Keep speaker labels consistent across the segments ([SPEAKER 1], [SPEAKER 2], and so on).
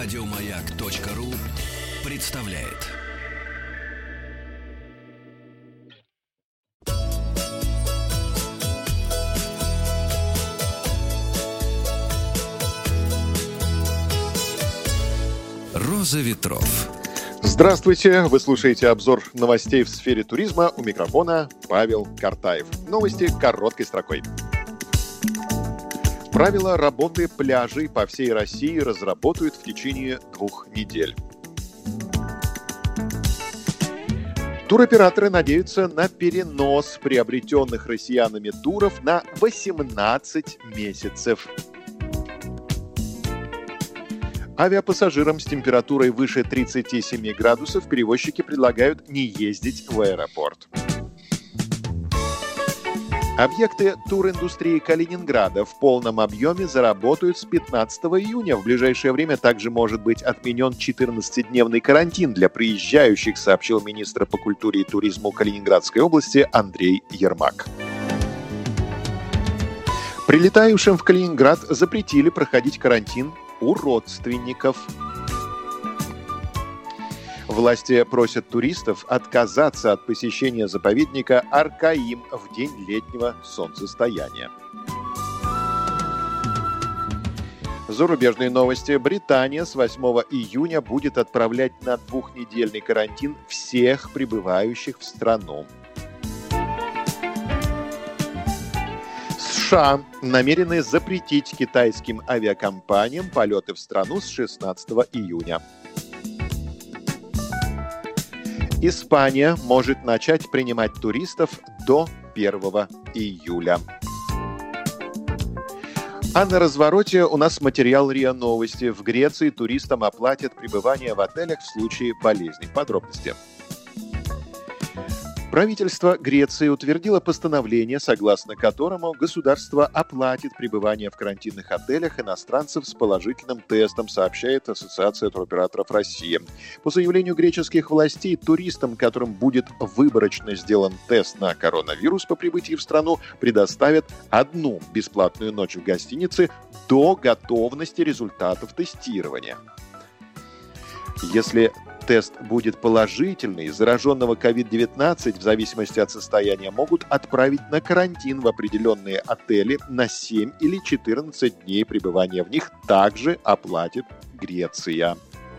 [SPEAKER 1] Радиомаяк.ру представляет. Роза ветров.
[SPEAKER 2] Здравствуйте! Вы слушаете обзор новостей в сфере туризма. У микрофона Павел Картаев. Новости короткой строкой. Правила работы пляжей по всей России разработают в течение 2 недель. Туроператоры надеются на перенос приобретенных россиянами туров на 18 месяцев. Авиапассажирам с температурой выше 37 градусов перевозчики предлагают не ездить в аэропорт. Объекты туриндустрии Калининграда в полном объеме заработают с 15 июня. В ближайшее время также может быть отменен 14-дневный карантин для приезжающих, сообщил министр по культуре и туризму Калининградской области Андрей Ермак. Прилетающим в Калининград запретили проходить карантин у родственников. Власти просят туристов отказаться от посещения заповедника Аркаим в день летнего солнцестояния. Зарубежные новости. Британия с 8 июня будет отправлять на 2-недельный карантин всех прибывающих в страну. США намерены запретить китайским авиакомпаниям полеты в страну с 16 июня. Испания может начать принимать туристов до 1 июля. А на развороте у нас материал РИА Новости. В Греции туристам оплатят пребывание в отелях в случае болезни. Подробности. Правительство Греции утвердило постановление, согласно которому государство оплатит пребывание в карантинных отелях иностранцев с положительным тестом, сообщает Ассоциация туроператоров России. По заявлению греческих властей, туристам, которым будет выборочно сделан тест на коронавирус по прибытии в страну, предоставят 1 бесплатную ночь в гостинице до готовности результатов тестирования. Если тест будет положительный, зараженного COVID-19 в зависимости от состояния могут отправить на карантин в определенные отели на 7 или 14 дней пребывания в них также оплатит Греция.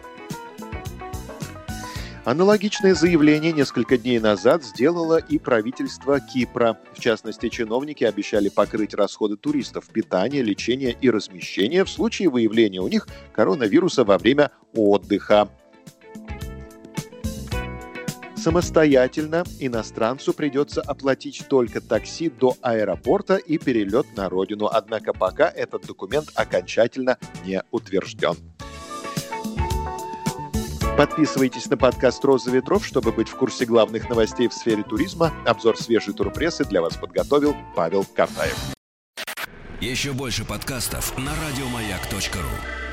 [SPEAKER 2] Аналогичное заявление несколько дней назад сделало и правительство Кипра. В частности, чиновники обещали покрыть расходы туристов, питание, лечение и размещение в случае выявления у них коронавируса во время отдыха. Самостоятельно иностранцу придется оплатить только такси до аэропорта и перелет на родину. Однако пока этот документ окончательно не утвержден. Подписывайтесь на подкаст «Роза ветров», чтобы быть в курсе главных новостей в сфере туризма. Обзор свежей турпрессы для вас подготовил Павел Картаев.
[SPEAKER 1] Еще больше подкастов на радиомаяк.ру.